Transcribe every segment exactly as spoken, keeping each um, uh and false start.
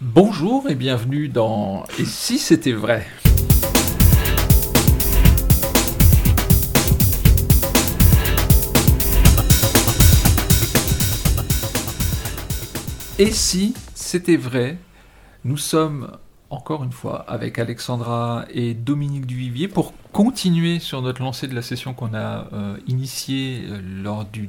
Bonjour et bienvenue dans « Et si c'était vrai ?» Et si c'était vrai, nous sommes encore une fois avec Alexandra et Dominique Duvivier pour continuer sur notre lancée de la session qu'on a euh, initiée euh, lors du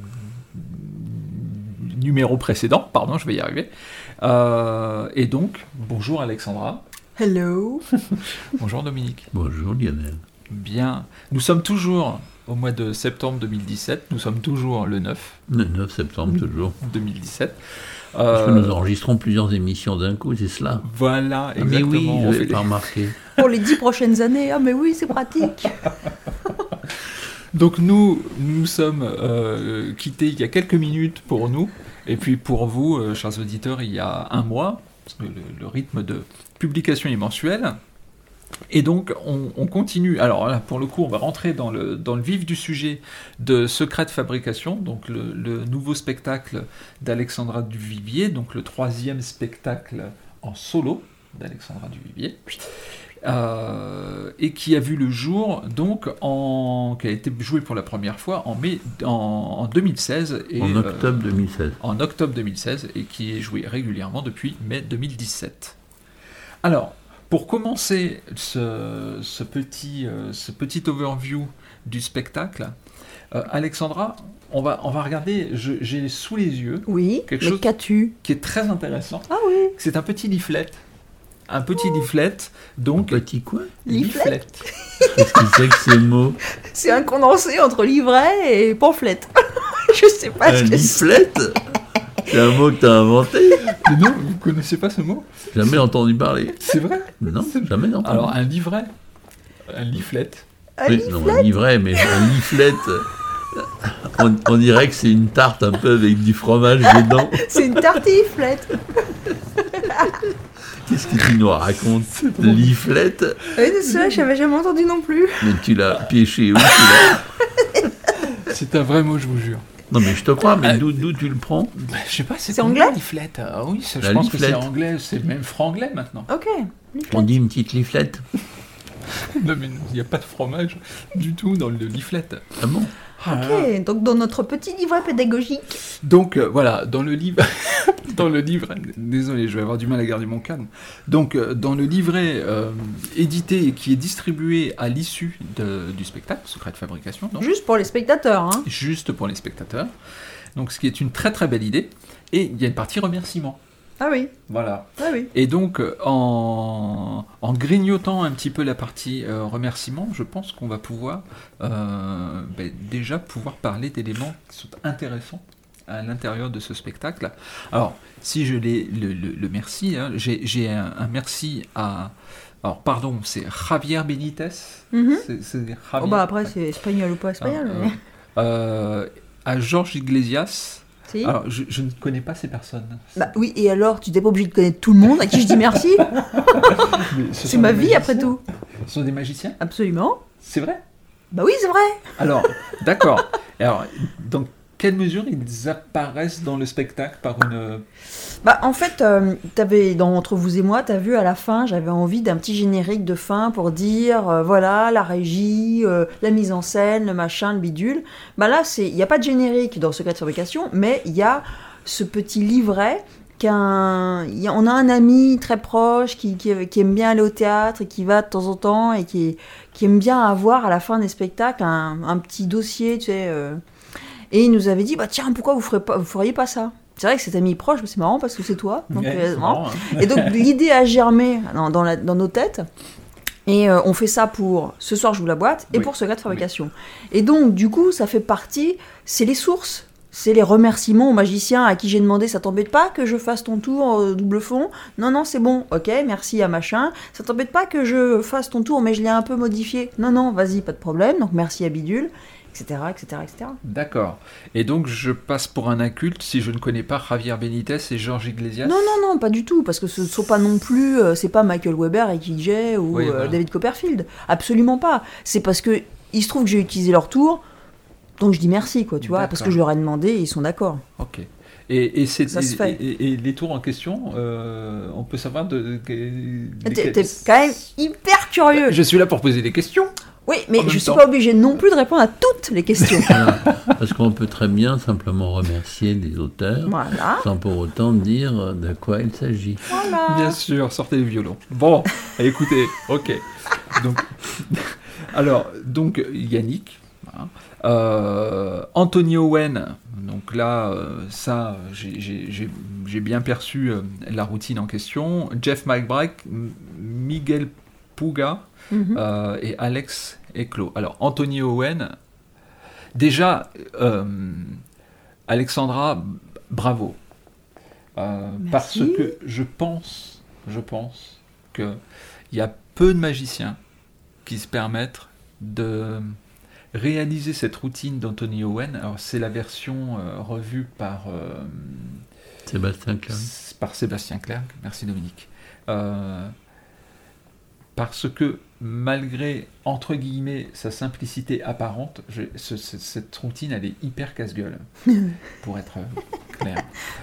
numéro précédent. Pardon, je vais y arriver. Euh, et donc, bonjour Alexandra. Hello. Bonjour Dominique. Bonjour Lionel. Bien. Nous sommes toujours au mois de septembre deux mille dix-sept. Nous sommes toujours le neuf. Le neuf septembre, toujours. deux mille dix-sept. Parce euh... que nous enregistrons plusieurs émissions d'un coup, c'est cela. Voilà, exactement. Ah, mais oui, je n'avais fait... pas remarqué. Pour les dix prochaines années, ah mais oui, c'est pratique. Donc nous, nous sommes euh, quittés il y a quelques minutes pour nous, et puis pour vous, euh, chers auditeurs, il y a un mois, parce que le, le rythme de publication est mensuel. Et donc, on, on continue. Alors là, pour le coup, on va rentrer dans le, dans le vif du sujet de Secret de fabrication, donc le, le nouveau spectacle d'Alexandra Duvivier, donc le troisième spectacle en solo d'Alexandra Duvivier, euh, et qui a vu le jour, donc, en, qui a été joué pour la première fois en, mai, en, en deux mille seize. Et, en octobre deux mille seize. Euh, en octobre deux mille seize, et qui est joué régulièrement depuis mai deux mille dix-sept. Alors, pour commencer ce, ce, petit, euh, ce petit overview du spectacle, euh, Alexandra, on va, on va regarder, je, j'ai sous les yeux oui, quelque mais chose qu'as-tu qui est très intéressant. Ah oui. C'est un petit leaflet. Un petit oh. leaflet, donc... Un petit quoi ? Leaflet. Qu'est-ce que c'est que ce mot ? C'est un condensé entre livret et pamphlet. Je sais pas un ce que leaflet c'est. C'est un mot que t'as inventé ? Mais non, vous connaissez pas ce mot ? Jamais entendu parler. C'est vrai ? Non, c'est jamais entendu. Alors, un livret, un leaflet. Un oui, leaflet non, un livret, mais un leaflet, on, on dirait que c'est une tarte un peu avec du fromage dedans. C'est une tartiflette. Qu'est-ce que tu nous racontes ? Leaflet ? Oui, c'est ça, je n'avais jamais entendu non plus. Mais tu l'as pêché où, celui-là ? C'est un vrai mot, je vous jure. Non mais je te crois, mais d'où, d'où tu le prends ? bah, Je sais pas, c'est, c'est anglais ? Leaflet. Ah oui, c'est, je la pense leaflet. Que c'est anglais, c'est même franglais maintenant. Ok. On dit une petite leaflet. Non mais il n'y a pas de fromage du tout dans le leaflet. Ah bon ? Ok, donc dans notre petit livret pédagogique. Donc euh, voilà, dans le livre, dans le livre, désolé, je vais avoir du mal à garder mon calme. Donc euh, dans le livret euh, édité et qui est distribué à l'issue de, du spectacle, Secret de fabrication, donc, juste pour les spectateurs, hein. Juste pour les spectateurs. Donc ce qui est une très très belle idée. Et il y a une partie remerciement. Ah oui. Voilà. Ah oui. Et donc, en, en grignotant un petit peu la partie euh, remerciement, je pense qu'on va pouvoir euh, ben, déjà pouvoir parler d'éléments qui sont intéressants à l'intérieur de ce spectacle. Alors, si je l'ai le, le, le merci, hein, j'ai, j'ai un, un merci à... Alors, pardon, c'est Javier Benitez. Mm-hmm. C'est, c'est Javier, oh bah après, c'est espagnol ou pas espagnol. euh, mais... euh, à Georges Iglesias. Si. Alors, je, je ne connais pas ces personnes. Bah oui, et alors, tu n'es pas obligé de connaître tout le monde à qui je dis merci. C'est ma vie, après tout. Ce sont des magiciens ? Absolument. C'est vrai ? Bah oui, c'est vrai. Alors, d'accord. Alors, dans quelle mesure ils apparaissent dans le spectacle par une... Bah en fait, euh, t'avais, dans Entre vous et moi, t'as vu à la fin, j'avais envie d'un petit générique de fin pour dire, euh, voilà, la régie, euh, la mise en scène, le machin, le bidule. Bah là, il n'y a pas de générique dans Secret de fabrication, mais il y a ce petit livret qu'un... Y a, on a un ami très proche qui, qui, qui aime bien aller au théâtre et qui va de temps en temps et qui, qui aime bien avoir à la fin des spectacles un, un petit dossier, tu sais... Euh, et il nous avait dit, bah tiens, pourquoi vous ferez pas, vous feriez pas ça ? C'est vrai que cet ami proche, c'est marrant parce que c'est toi. Donc, ouais, euh, c'est marrant, hein. Et donc l'idée a germé dans, dans, la, dans nos têtes. Et euh, on fait ça pour Ce soir j'ouvre la boîte et oui. Pour Secret de fabrication. Oui. Et donc du coup, ça fait partie, c'est les sources. C'est les remerciements aux magiciens à qui j'ai demandé, ça t'embête pas que je fasse ton tour au double fond ? Non, non, c'est bon, ok, merci à machin. Ça t'embête pas que je fasse ton tour, mais je l'ai un peu modifié ? Non, non, vas-y, pas de problème, donc merci à Bidule. Etc, etc, et cetera. D'accord. Et donc, je passe pour un inculte si je ne connais pas Javier Benitez et Georges Iglesias ? Non, non, non, pas du tout, parce que ce ne sont pas non plus... Euh, c'est pas Michael Weber, Ricky Jay ou oui, voilà. euh, David Copperfield. Absolument pas. C'est parce que il se trouve que j'ai utilisé leur tour, donc je dis merci, quoi, tu vois, parce que je leur ai demandé et ils sont d'accord. Ok. Et, et, c'est, Ça se et, fait. et, et, et les tours en question, euh, on peut savoir de, de, de, de T'es, t'es quand même hyper curieux. Je suis là pour poser des questions. Oui, mais je ne suis temps. pas obligée non plus de répondre à toutes les questions. Voilà. Parce qu'on peut très bien simplement remercier les auteurs, Voilà. sans pour autant dire de quoi il s'agit. Voilà. Bien sûr, sortez les violons. Bon, écoutez, ok. Donc, alors, donc Yannick, hein, euh, Anthony Owen. Donc là, euh, ça, j'ai, j'ai, j'ai, j'ai bien perçu euh, la routine en question. Jeff McBride, Miguel Puga. Mm-hmm. Euh, et Alex Eclos. Alors, Anthony Owen, déjà, euh, Alexandra, bravo. Euh, parce que je pense, je pense qu'il y a peu de magiciens qui se permettent de réaliser cette routine d'Anthony Owen. Alors, c'est la version euh, revue par, euh, Sébastien Clerc. par Sébastien Clerc. Merci Dominique. Euh, parce que malgré, entre guillemets, sa simplicité apparente, je, ce, ce, cette routine, elle est hyper casse-gueule, pour être clair.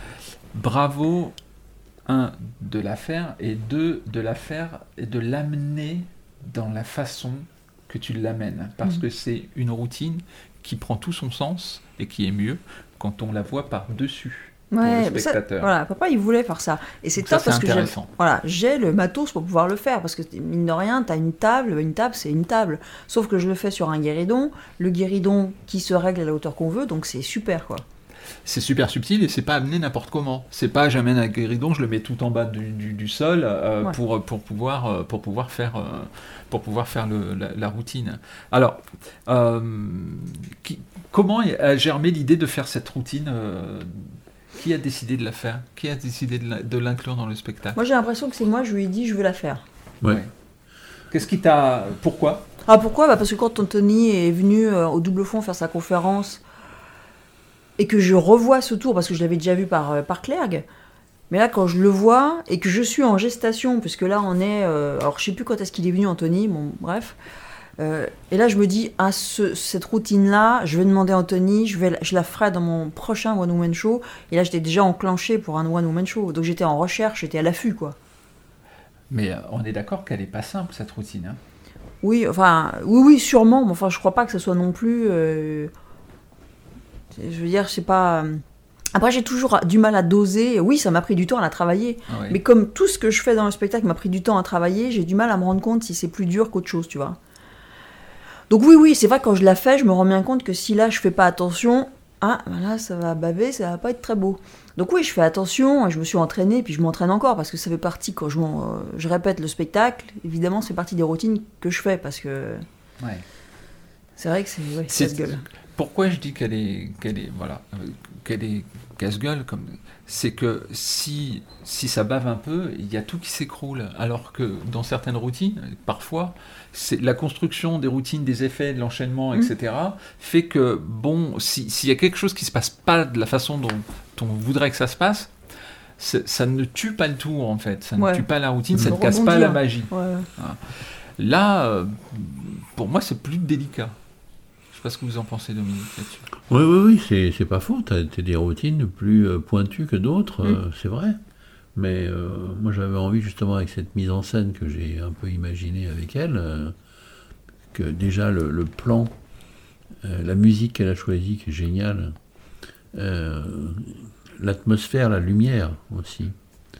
Bravo, un, de la faire, et deux, de la faire et de l'amener dans la façon que tu l'amènes. Parce mmh. que c'est une routine qui prend tout son sens et qui est mieux quand on la voit par-dessus. Ouais, pour le spectateur. Ça, voilà, papa il voulait faire ça. Et c'est donc top ça, parce c'est que j'ai, voilà, j'ai le matos pour pouvoir le faire. Parce que mine de rien, t'as une table, une table c'est une table. Sauf que je le fais sur un guéridon, le guéridon qui se règle à la hauteur qu'on veut, donc c'est super quoi. C'est super subtil et c'est pas amené n'importe comment. C'est pas j'amène un guéridon, je le mets tout en bas du, du, du sol euh, ouais. pour, pour, pouvoir, pour pouvoir faire, euh, pour pouvoir faire le, la, la routine. Alors, euh, qui, comment a germé l'idée de faire cette routine euh, Qui a décidé de la faire ? Qui a décidé de, la, de l'inclure dans le spectacle ? Moi, j'ai l'impression que c'est moi, je lui ai dit, je veux la faire. Ouais. ouais. Qu'est-ce qui t'a... Pourquoi ? Ah, pourquoi ? Bah, parce que quand Anthony est venu euh, au Double Fond faire sa conférence, et que je revois ce tour, parce que je l'avais déjà vu par, euh, par Clergue, mais là, quand je le vois, et que je suis en gestation, puisque là, on est... Euh, alors, je sais plus quand est-ce qu'il est venu, Anthony, bon, bref... Euh, et là, je me dis, ah, ce, cette routine-là, je vais demander à Anthony, je, vais, je la ferai dans mon prochain One Woman Show. Et là, j'étais déjà enclenché pour un One Woman Show. Donc, j'étais en recherche, j'étais à l'affût, quoi. Mais euh, on est d'accord qu'elle n'est pas simple, cette routine. Hein. Oui, enfin, oui, oui, sûrement. Mais enfin, je crois pas que ce soit non plus... Euh, je veux dire, je sais pas... Après, j'ai toujours du mal à doser. Oui, ça m'a pris du temps à la travailler. Ah oui. Mais comme tout ce que je fais dans le spectacle m'a pris du temps à travailler, j'ai du mal à me rendre compte si c'est plus dur qu'autre chose, tu vois. Donc oui, oui, c'est vrai, quand je la fais, je me rends bien compte que si là, je fais pas attention, ah, ben là, ça va baver, ça va pas être très beau. Donc oui, je fais attention, je me suis entraînée, puis je m'entraîne encore, parce que ça fait partie, quand je, euh, je répète le spectacle, évidemment, c'est partie des routines que je fais, parce que... Ouais. C'est vrai que c'est, ouais, c'est casse-gueule. Pourquoi je dis qu'elle est, qu'elle est, voilà, euh, qu'elle est casse-gueule, comme... c'est que si, si ça bave un peu, il y a tout qui s'écroule, alors que dans certaines routines, parfois... C'est la construction des routines, des effets, de l'enchaînement, et cetera, mmh. fait que, bon, si, s'il y a quelque chose qui ne se passe pas de la façon dont, dont on voudrait que ça se passe, ça ne tue pas le tout, en fait. Ça ouais. ne tue pas la routine, mmh. ça ne casse pas la magie. Ouais. Voilà. Là, euh, pour moi, c'est plus délicat. Je ne sais pas ce que vous en pensez, Dominique, là-dessus. Oui, oui, oui, c'est, c'est pas faux. Tu as des routines plus pointues que d'autres, mmh. euh, c'est vrai. Mais euh, moi j'avais envie justement avec cette mise en scène que j'ai un peu imaginée avec elle, euh, que déjà le, le plan, euh, la musique qu'elle a choisie qui est géniale, euh, l'atmosphère, la lumière aussi,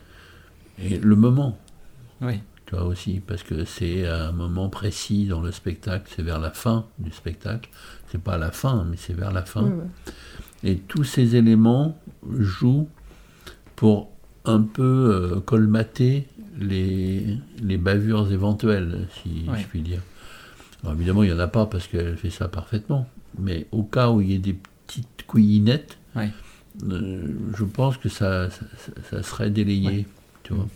et le moment, oui. tu vois aussi, parce que c'est un moment précis dans le spectacle, c'est vers la fin du spectacle, c'est pas à la fin, mais c'est vers la fin, oui, oui. Et tous ces éléments jouent pour un peu euh, colmater les, les bavures éventuelles, si oui. je puis dire. Alors évidemment, il n'y en a pas parce qu'elle fait ça parfaitement, mais au cas où il y ait des petites couillinettes, oui. euh, je pense que ça, ça, ça serait délayé, oui. tu vois.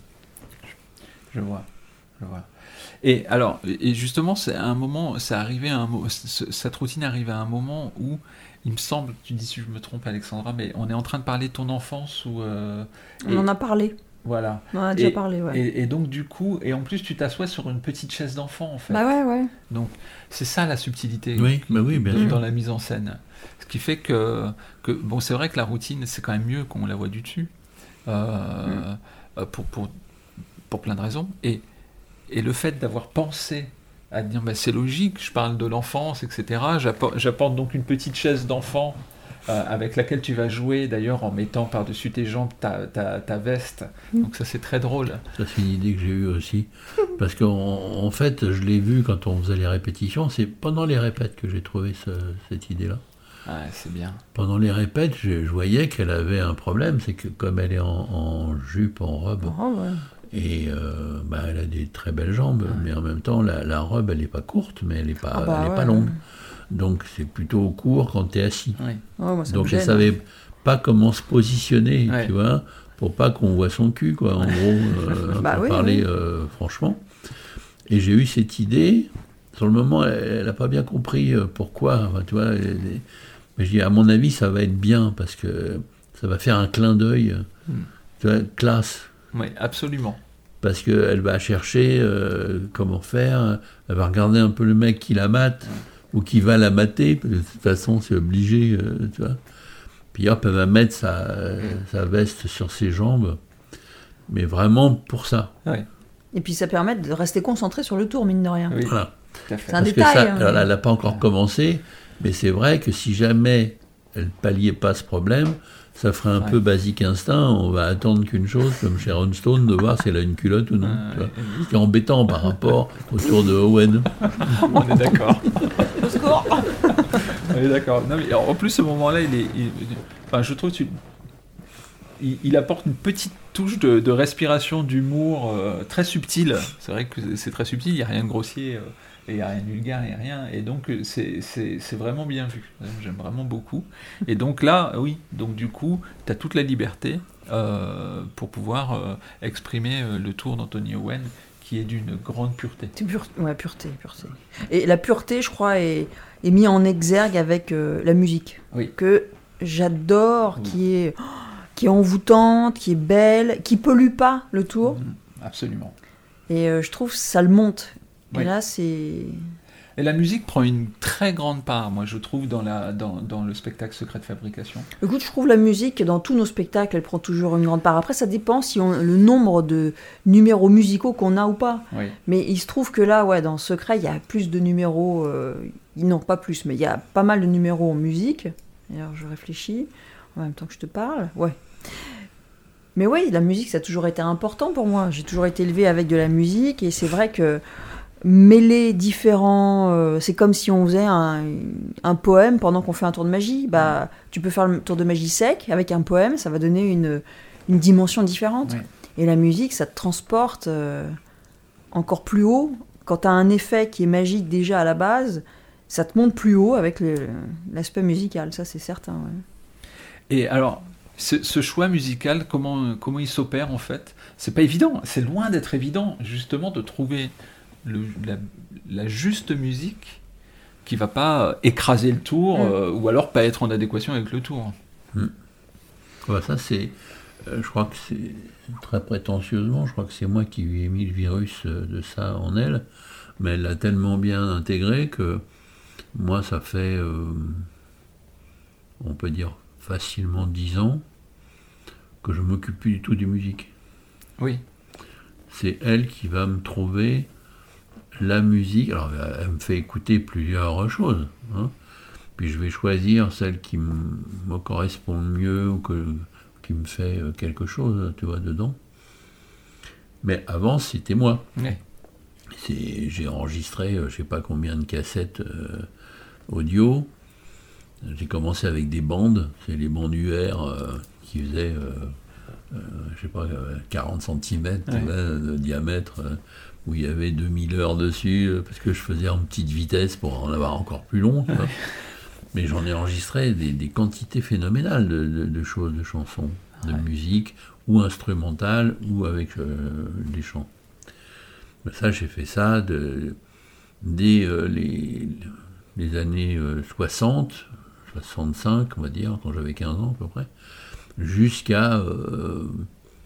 Je vois, je vois. Et alors, et justement, c'est un moment, c'est arrivé à un, cette routine arrive à un moment où il me semble, tu dis si je me trompe Alexandra, mais on est en train de parler de ton enfance ou euh, on et... en a parlé. Voilà. On en a déjà Et, parlé, ouais. et, et donc, du coup, et en plus, tu t'assois sur une petite chaise d'enfant, en fait. Bah ouais, ouais. Donc, c'est ça la subtilité Oui, bah oui, bien de- sûr. dans la mise en scène. Ce qui fait que, que bon, c'est vrai que la routine, c'est quand même mieux qu'on la voit du dessus, euh, euh, pour, pour, pour plein de raisons. Et, et le fait d'avoir pensé à dire, bah, c'est logique, je parle de l'enfance, et cetera. J'apporte, j'apporte donc une petite chaise d'enfant euh, avec laquelle tu vas jouer, d'ailleurs, en mettant par-dessus tes jambes ta, ta, ta veste. Donc ça, c'est très drôle. Ça, c'est une idée que j'ai eue aussi. Parce qu'en en fait, je l'ai vu quand on faisait les répétitions. C'est pendant les répètes que j'ai trouvé ce- cette idée-là. Ouais, c'est bien. Pendant les répètes, je, je voyais qu'elle avait un problème. C'est que comme elle est en, en jupe, en robe, Oh, ouais. et euh, bah, elle a des très belles jambes, mais en même temps, la, la robe, elle n'est pas courte, mais elle n'est pas, Ah bah elle est ouais. pas longue. Donc, c'est plutôt court quand tu es assis. Oui. Oh, moi, ça Donc me elle gêne. savait pas comment se positionner, Ouais. tu vois, pour pas qu'on voit son cul, quoi, en gros, euh, Bah pour oui, parler oui. euh, franchement. Et j'ai eu cette idée. Sur le moment, elle n'a pas bien compris euh, pourquoi. Enfin, tu vois, elle- elle- mais je dis, à mon avis, ça va être bien parce que ça va faire un clin d'œil, Hmm. tu vois, classe. Oui, absolument. Parce qu'elle va chercher euh, comment faire, elle va regarder un peu le mec qui la mate, ou qui va la mater, parce que de toute façon c'est obligé, euh, tu vois. Puis hop, elle va mettre sa, euh, sa veste sur ses jambes, mais vraiment pour ça. Oui, Et puis ça permet de rester concentré sur le tour, mine de rien. oui, Voilà. tout à fait. C'est un Parce détail, que ça, hein, alors, mais- elle n'a pas encore commencé, mais c'est vrai que si jamais elle palliait pas ce problème, ça ferait un Ouais. peu basique instinct, on va attendre qu'une chose, comme Sharon Stone, de voir si elle a une culotte ou non. Ah, tu vois. oui. C'est embêtant par rapport au tour de Owen. On est d'accord. Au secours. On est d'accord. Non, mais en plus, ce moment-là, il est. il- enfin, je trouve que tu- il, il apporte une petite touche de, de respiration, d'humour euh, très subtile. C'est vrai que c'est très subtil, il n'y a rien de grossier, euh, et il n'y a rien de vulgaire, il n'y a rien. Et donc, euh, c'est c'est- c'est vraiment bien vu. J'aime vraiment beaucoup. Et donc là, oui, donc du coup, tu as toute la liberté euh, pour pouvoir euh, exprimer euh, le tour d'Anthony Owen, qui est d'une grande pureté. C'est pure... Ouais, pureté, pureté. Et la pureté, je crois, est, est mise en exergue avec euh, la musique. Oui. Que j'adore, Oui. qui est, qui est envoûtante, qui est belle, qui pollue pas le tour. Mhm, absolument. Et euh, je trouve que ça le monte. Et Oui. là, c'est... Et la musique prend une très grande part, moi je trouve, dans, la, dans, dans le spectacle Secret de Fabrication. Écoute, je trouve la musique, dans tous nos spectacles, elle prend toujours une grande part. Après, ça dépend si on, le nombre de numéros musicaux qu'on a ou pas. Oui. Mais il se trouve que là, ouais, dans Secret, il y a plus de numéros... euh, non, pas plus, mais il y a pas mal de numéros en musique. D'ailleurs, je réfléchis en même temps que je te parle. Ouais. Mais oui, la musique, ça a toujours été important pour moi. J'ai toujours été élevée avec de la musique, et c'est vrai que mêler différents... euh, c'est comme si on faisait un, un poème pendant qu'on fait un tour de magie. Bah, tu peux faire le tour de magie sec avec un poème, ça va donner une, une dimension différente. Ouais. Et la musique, ça te transporte euh, encore plus haut. Quand tu as un effet qui est magique déjà à la base, ça te monte plus haut avec le- l'aspect musical, ça c'est certain. Ouais. Et alors, ce, ce choix musical, comment, comment il s'opère en fait? C'est pas évident, c'est loin d'être évident, justement, de trouver le, la, la juste musique qui va pas écraser le tour, Mm. euh, ou alors pas être en adéquation avec le tour. Ouais, ça, c'est. euh, je crois que c'est. Très prétentieusement, je crois que c'est moi qui lui ai mis le virus euh, de ça en elle, mais elle l'a tellement bien intégré que moi, ça fait. euh, on peut dire facilement dix ans que je m'occupe plus du tout de musique. Oui, C'est elle qui va me trouver la musique. Alors, elle me fait écouter plusieurs choses, hein. Puis je vais choisir celle qui m- me correspond le mieux ou que, qui me fait euh, quelque chose, tu vois, dedans. Mais avant, c'était moi. oui. C'est- J'ai enregistré, euh, je sais pas combien de cassettes euh, audio. J'ai commencé avec des bandes, c'est les bandes U R euh, qui faisaient, euh, euh, je sais pas, euh, quarante centimètres Ouais. de diamètre, euh, où il y avait deux mille heures dessus, euh, parce que je faisais en petite vitesse pour en avoir encore plus long. Tu vois. Mais j'en ai enregistré des, des quantités phénoménales de, de- de choses, de chansons, de Ouais. musique, ou instrumentales, ou avec euh, des chants. Mais ça, j'ai fait ça de, dès euh, les, les années euh, soixante, soixante-cinq, on va dire, quand j'avais quinze ans à peu près, jusqu'à, euh, je sais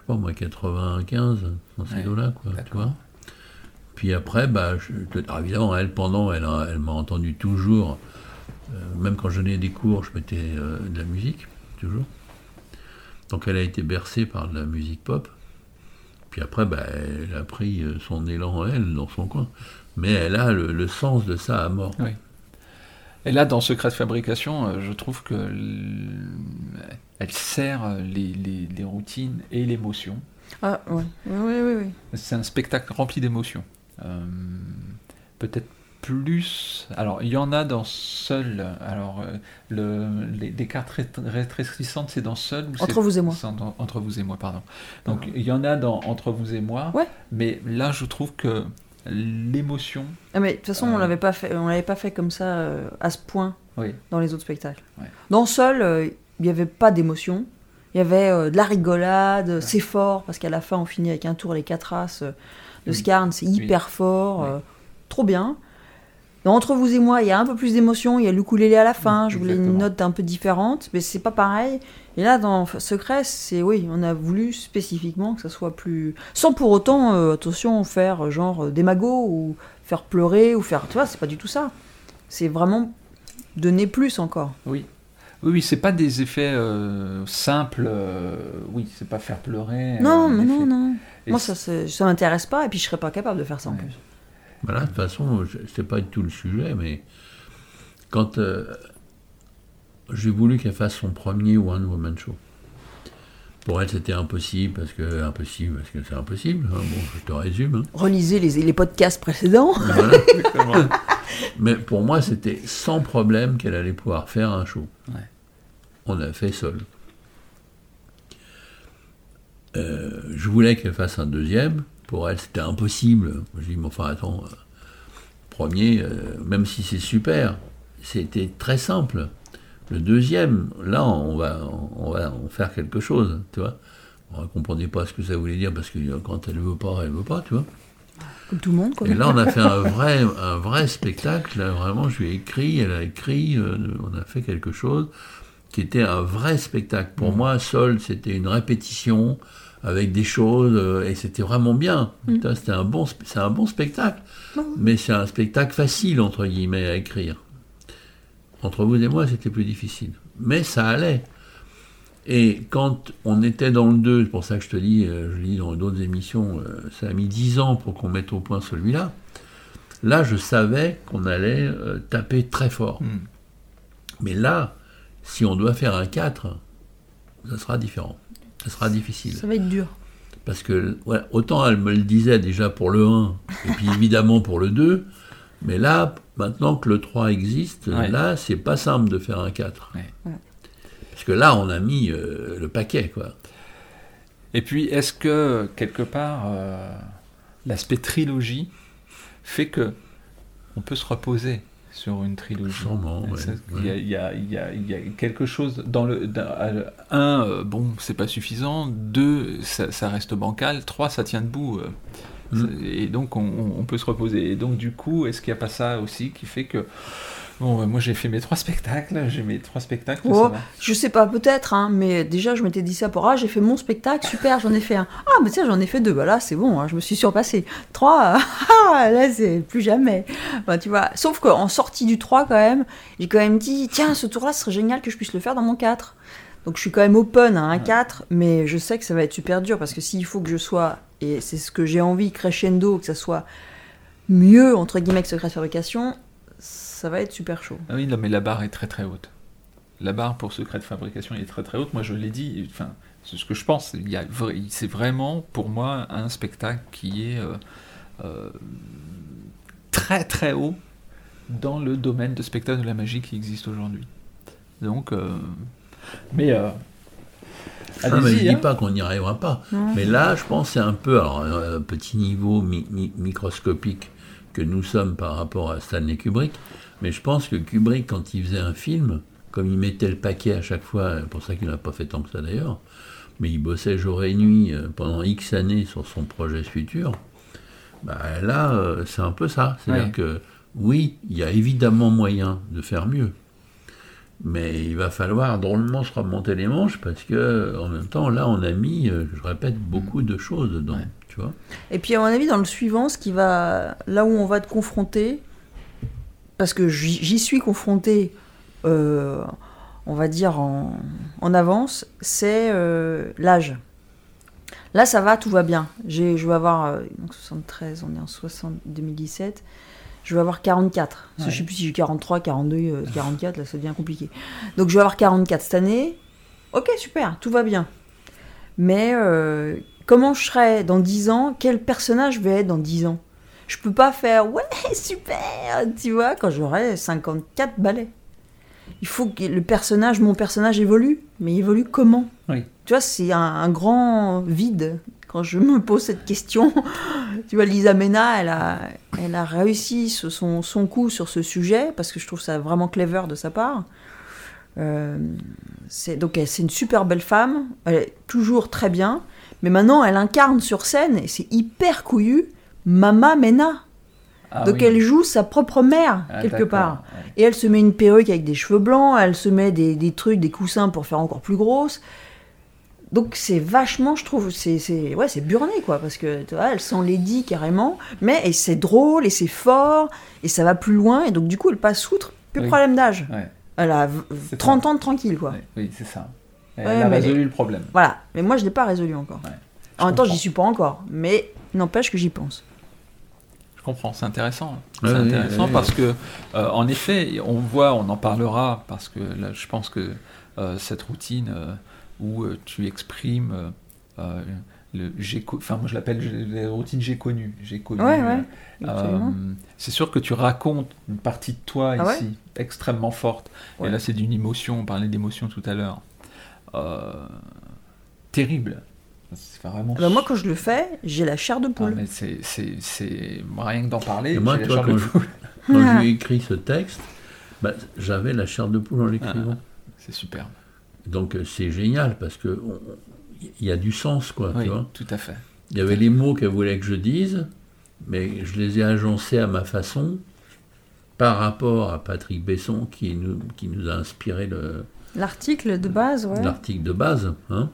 pas moi, quatre-vingt-quinze, dans ces Ouais, eaux-là, quoi, tu vois. Puis après, bah, je, alors évidemment, elle, pendant, elle, a- elle m'a entendu toujours, euh, même quand je donnais des cours, je mettais euh, de la musique, toujours. Donc elle a été bercée par de la musique pop. Puis après, bah, elle a pris son élan, elle, dans son coin. Mais elle a le, le sens de ça à mort. Oui. Et là, dans Secret de fabrication, euh, je trouve que l- elle sert les, les, les routines et l'émotion. Ah, ouais. Oui, oui, oui, oui. C'est un spectacle rempli d'émotions. Euh, peut-être plus. Alors, il y en a dans Seul. Alors, euh, le, les, les cartes rét- rétrécissantes, c'est dans Seul ou Entre c'est- vous et moi. c'est en- Entre vous et moi, pardon. Donc, il y en a dans Entre vous et moi. Ouais. Mais là, je trouve que l'émotion. Ah, mais de toute façon, Euh. on l'avait pas fait, on l'avait pas fait comme ça euh, à ce point Oui. dans les autres spectacles. Ouais. Dans Seul, euh, il n'y avait pas d'émotion. Il y avait euh, de la rigolade, ouais. C'est fort, parce qu'à la fin, on finit avec un tour les quatre races euh, de Oui. Scarne, c'est hyper Oui. fort, Oui. euh, trop bien. Dans Entre vous et moi, il y a un peu plus d'émotion, il y a l'ukulélé à la fin, Oui, je voulais une exactement. note un peu différente, mais c'est pas pareil. Et là, dans Secret, c'est oui, on a voulu spécifiquement que ça soit plus... Sans pour autant, euh, attention, faire euh, genre euh, des magots, ou faire pleurer, ou faire... Tu vois, c'est pas du tout ça. C'est vraiment donner plus encore. Oui. Oui, oui, c'est pas des effets euh, simples. euh, oui, c'est pas faire pleurer. Non, euh, mais non, effet. non. Et Moi, c'est- ça, c'est- ça m'intéresse pas, et puis je serais pas capable de faire ça en Ouais. plus. Voilà, de toute façon, je- c'était pas du tout le sujet, mais quand euh, j'ai voulu qu'elle fasse son premier One Woman Show, pour elle c'était impossible, parce que impossible, parce que c'est impossible, hein, bon, je te résume. Hein. Relisez les, les podcasts précédents. Voilà. Exactement. Mais pour moi, c'était sans problème qu'elle allait pouvoir faire un show. Ouais. On a fait seul. Euh, je voulais qu'elle fasse un deuxième. Pour elle, c'était impossible. Je dis, mais enfin, attends, euh, premier, euh, même si c'est super, c'était très simple. Le deuxième, là, on va, on va en faire quelque chose, tu vois. On ne comprenait pas ce que ça voulait dire, parce que quand elle veut pas, elle veut pas, tu vois. Comme tout le monde, quoi. Et là, on a fait un vrai, un vrai spectacle. Là, vraiment, je lui ai écrit, elle a écrit, euh, on a fait quelque chose qui était un vrai spectacle. Pour Mmh. moi, Sol, c'était une répétition avec des choses, euh, et c'était vraiment bien. Mmh. Putain, c'était un bon, spe- c'est un bon spectacle. Mmh. Mais c'est un spectacle facile, entre guillemets, à écrire. Entre vous et moi, c'était plus difficile. Mais ça allait. Et quand on était dans le deux, c'est pour ça que je te dis, euh, je dis dans d'autres émissions, euh, ça a mis dix ans pour qu'on mette au point celui-là. Là, je savais qu'on allait euh, taper très fort. Mm. Mais là, si on doit faire un quatre, ça sera différent. Ça sera difficile. Ça va être dur. Parce que, ouais, autant elle me le disait déjà pour le un, et puis évidemment pour le deux, mais là, maintenant que le trois existe, Ouais. là, c'est pas simple de faire un quatre. Ouais. Ouais. Parce que là, on a mis euh, le paquet, quoi. Et puis, est-ce que, quelque part, euh, l'aspect trilogie fait que on peut se reposer sur une trilogie? Sûrement, ouais, Ça, ouais. Il y, a- il y a- il y a- il y a quelque chose dans le... dans- euh, un, euh, bon, c'est pas suffisant. Deux, ça, ça reste bancal. Trois, ça tient debout. euh. Mm. Et donc, on, on- on peut se reposer. Et donc, du coup, est-ce qu'il n'y a pas ça aussi qui fait que... Bon, euh, moi, j'ai fait mes trois spectacles. J'ai mes trois spectacles, Oh, ça va. je sais pas, peut-être, hein, mais déjà, je m'étais dit ça pour... Ah, j'ai fait mon spectacle, super, j'en ai fait un. Ah, mais tiens, j'en ai fait deux. Bah là, c'est bon, hein, je me suis surpassée. Trois, ah, là, c'est plus jamais. Bah, tu vois. Sauf qu'en sortie du trois, quand même, j'ai quand même dit, tiens, ce tour-là, ce serait génial que je puisse le faire dans mon quatre. Donc, je suis quand même open à un quatre, mais je sais que ça va être super dur, parce que s'il faut que je sois, et c'est ce que j'ai envie, crescendo, que ça soit mieux, entre guillemets, que Secret de fabrication, ça va être super chaud. Ah oui, non, mais la barre est très très haute. La barre pour Secret de fabrication est très très haute. Moi, je l'ai dit, enfin, c'est ce que je pense. Il y a, vra- c'est vraiment, pour moi, un spectacle qui est euh, euh, très très haut dans le domaine de spectacle de la magie qui existe aujourd'hui. Donc, euh, mais euh, Ah, mais je allez-y. dis hein. pas qu'on n'y arrivera pas. Non. Mais là, je pense que c'est un peu, alors, un petit niveau mi- mi- microscopique que nous sommes par rapport à Stanley Kubrick, mais je pense que Kubrick, quand il faisait un film, comme il mettait le paquet à chaque fois, c'est pour ça qu'il n'a pas fait tant que ça d'ailleurs, mais il bossait jour et nuit euh, pendant X années sur son projet futur, bah là, euh, c'est un peu ça. C'est-à-dire Ouais. que, oui, il y a évidemment moyen de faire mieux, Mais il va falloir drôlement se remonter les manches parce que, en même temps, là, on a mis, je répète, beaucoup de choses dedans. Ouais. Tu vois. Et puis, à mon avis, dans le suivant, ce qui va, là où on va te confronter, parce que j'y, j'y suis confronté, euh, on va dire en, en avance, c'est euh, l'âge. Là, ça va, tout va bien. J'ai, je vais avoir euh, donc soixante-treize, on est en soixante, deux mille dix-sept. Je vais avoir quarante-quatre. Ouais. Je ne sais plus si j'ai quarante-trois, quarante-deux, euh, quarante-quatre, là, ça devient compliqué. Donc, je vais avoir quarante-quatre cette année. Ok, super, tout va bien. Mais euh, comment je serai dans dix ans ? Quel personnage je vais être dans dix ans ? Je ne peux pas faire « Ouais, super !» tu vois, quand j'aurai cinquante-quatre balais. Il faut que le personnage, mon personnage évolue. Mais évolue comment ? Oui. Tu vois, c'est un, un grand vide quand je me pose cette question. Tu vois, Lisa Mena, elle a, elle a réussi son, son coup sur ce sujet, parce que je trouve ça vraiment clever de sa part. Euh, c'est, donc, c'est une super belle femme, elle est toujours très bien, mais maintenant, elle incarne sur scène, et c'est hyper couillu, Mama Mena. Ah, donc, oui. Elle joue sa propre mère, ah, quelque part. Ouais. Et elle se met une perruque avec des cheveux blancs, elle se met des, des trucs, des coussins pour faire encore plus grosse. Donc c'est vachement, je trouve, c'est, c'est, ouais, c'est burné, quoi, parce que tu vois, elle sent Lady carrément, mais et c'est drôle, et c'est fort, et ça va plus loin, et donc du coup, elle passe outre, plus de oui. problème d'âge. Ouais. Elle a c'est trente ça. Ans de tranquille, quoi. Oui, oui c'est ça. Elle ouais, a résolu mais, le problème. Voilà, mais moi, je ne l'ai pas résolu encore. Ouais, en même temps, j'y suis pas encore, mais n'empêche que j'y pense. Je comprends, c'est intéressant. C'est ouais, intéressant ouais, parce ouais. que, euh, en effet, on voit, on en parlera, parce que là, je pense que euh, cette routine... Euh, où euh, tu exprimes euh, le j'ai co- enfin moi je l'appelle la routine j'ai connu j'ai connu ouais, ouais, euh, c'est sûr que tu racontes une partie de toi ah ici ouais extrêmement forte ouais. Et là c'est d'une émotion, on parlait d'émotion tout à l'heure, euh, terrible. C'est vraiment... bah moi quand je le fais j'ai la chair de poule. Ah, mais c'est, c'est, c'est... rien que d'en parler. Et moi j'ai toi, la chair quand, de je, poule. quand j'ai écrit ce texte bah, j'avais la chair de poule en l'écrivant. Ah, c'est superbe. Donc c'est génial parce que il y a du sens, quoi. Oui, tu vois. Tout à fait. Il y avait les mots qu'elle voulait que je dise, mais je les ai agencés à ma façon par rapport à Patrick Besson qui nous, qui nous a inspiré le l'article de base, ouais. L'article de base, hein.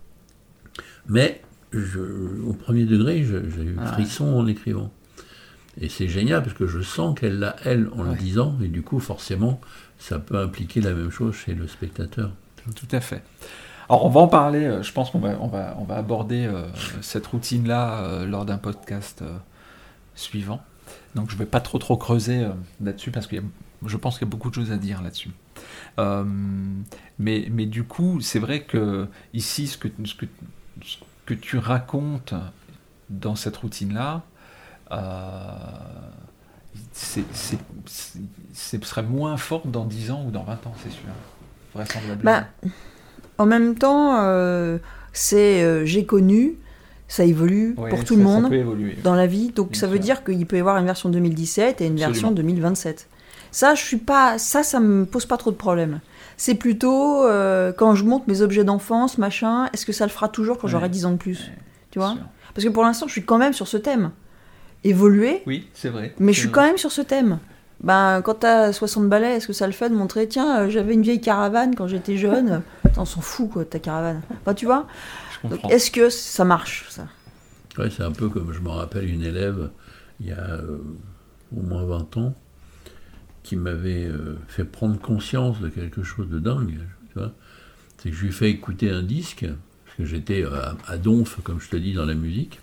Mais je, au premier degré, je, j'ai eu ah. frisson en l'écrivant. Et c'est génial parce que je sens qu'elle l'a elle en ouais. le disant, et du coup forcément ça peut impliquer la même chose chez le spectateur. Tout à fait. Alors on va en parler, je pense qu'on va, on va, on va aborder euh, cette routine-là euh, lors d'un podcast euh, suivant. Donc je ne vais pas trop trop creuser euh, là-dessus parce que y a, je pense qu'il y a beaucoup de choses à dire là-dessus. Euh, mais, mais du coup, c'est vrai que ici, ce que, ce que, ce que tu racontes dans cette routine-là, euh, c'est, c'est, c'est, c'est serait moins fort dans dix ans ou dans vingt ans, c'est sûr. Bah, en même temps, euh, c'est euh, j'ai connu, ça évolue ouais, pour tout ça, le monde dans la vie, donc Bien ça sûr. Veut dire qu'il peut y avoir une version deux mille dix-sept et une Absolument. Version deux mille vingt-sept. Ça, je suis pas, ça, ça me pose pas trop de problème. C'est plutôt euh, quand je monte mes objets d'enfance, machin, est-ce que ça le fera toujours quand ouais. j'aurai dix ans de plus, ouais, tu vois ? Parce que pour l'instant, je suis quand même sur ce thème. Évoluer. Oui, c'est vrai. Mais c'est je suis vrai. quand même sur ce thème. Ben, quand t'as soixante balais, est-ce que ça le fait de montrer, tiens, euh, j'avais une vieille caravane quand j'étais jeune. On s'en fout, quoi, de ta caravane. Enfin, tu vois ? Donc, est-ce que ça marche, ça ? Ouais, c'est un peu comme, je me rappelle, une élève, il y a euh, au moins vingt ans, qui m'avait euh, fait prendre conscience de quelque chose de dingue, tu vois. C'est que je lui ai fait écouter un disque, parce que j'étais euh, à Donf, comme je te dis, dans la musique,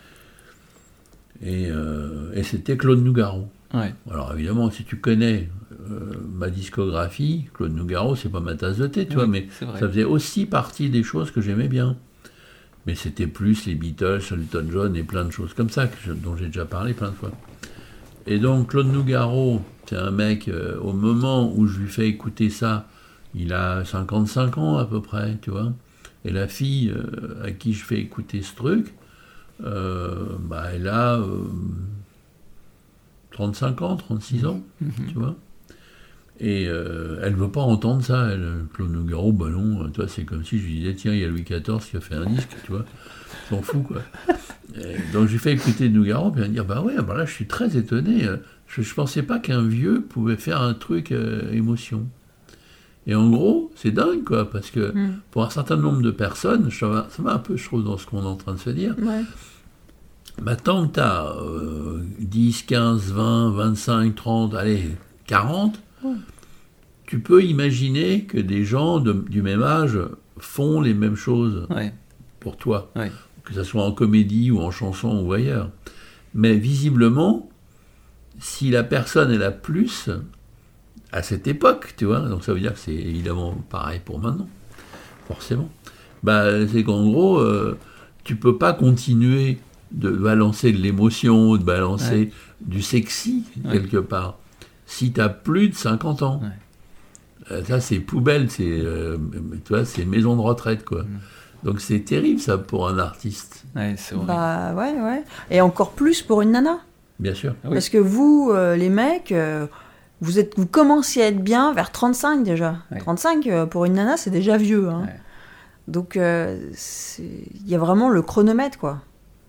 et, euh, et c'était Claude Nougaro. Ouais. Alors évidemment, si tu connais euh, ma discographie, Claude Nougaro, c'est pas ma tasse de thé, tu oui, vois, mais ça faisait aussi partie des choses que j'aimais bien. Mais c'était plus les Beatles, Elton John et plein de choses comme ça, que je, dont j'ai déjà parlé plein de fois. Et donc Claude Nougaro, c'est un mec, euh, au moment où je lui fais écouter ça, il a cinquante-cinq ans à peu près, tu vois. Et la fille euh, à qui je fais écouter ce truc, euh, bah, elle a... Euh, trente-cinq ans, trente-six ans, mmh. tu vois. Et euh, elle ne veut pas entendre ça, elle. Claude Nougaro, bah non, toi, c'est comme si je lui disais, tiens, il y a Louis quatorze qui a fait un disque, tu vois. S'en fout, quoi. Et donc, j'ai fait écouter Nougaro, puis elle va dire, bah ouais, bah là, je suis très étonné. Je ne pensais pas qu'un vieux pouvait faire un truc euh, émotion. Et en gros, c'est dingue, quoi, parce que Mm. pour un certain nombre de personnes, ça va, ça va un peu, je trouve, dans ce qu'on est en train de se dire, Ouais. bah, tant que tu as euh, dix, quinze, vingt, vingt-cinq, trente, allez, quarante, Ouais. tu peux imaginer que des gens de- du même âge font les mêmes choses Ouais. pour toi, Ouais. que ce soit en comédie ou en chanson ou ailleurs. Mais visiblement, si la personne est la plus à cette époque, tu vois, donc ça veut dire que c'est évidemment pareil pour maintenant, forcément, bah, c'est qu'en gros, euh, tu peux pas continuer de balancer de l'émotion, de balancer Ouais. du sexy, Ouais. quelque part, si tu as plus de cinquante ans. Ouais. Euh, ça, c'est poubelle, c'est, euh, tu vois, c'est maison de retraite, quoi. Mm. Donc c'est terrible, ça, pour un artiste, Ouais, c'est horrible. Bah ouais, ouais. Et encore plus pour une nana. bien sûr. Oui. Parce que vous, euh, les mecs, euh, vous, êtes, vous commenciez à être bien vers trente-cinq déjà. Ouais. trente-cinq, euh, pour une nana, c'est déjà vieux. Hein. Ouais. Donc, euh, c'est- il y a vraiment le chronomètre, quoi.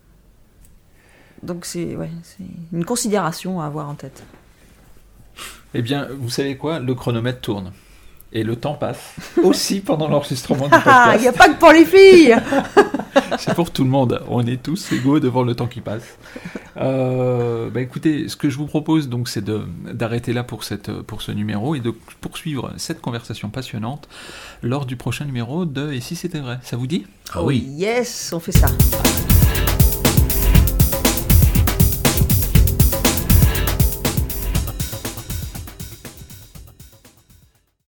Donc, c'est ouais, c'est une considération à avoir en tête. Eh bien, vous savez quoi? Le chronomètre tourne. Et le temps passe. Aussi pendant l'enregistrement du Ah, il n'y a podcast. pas que pour les filles. C'est pour tout le monde. On est tous égaux devant le temps qui passe. Euh, bah écoutez, ce que je vous propose, donc, c'est de, d'arrêter là pour, cette, pour ce numéro et de poursuivre cette conversation passionnante lors du prochain numéro de Et si c'était vrai? Ça vous dit? Ah oui. Yes, on fait ça.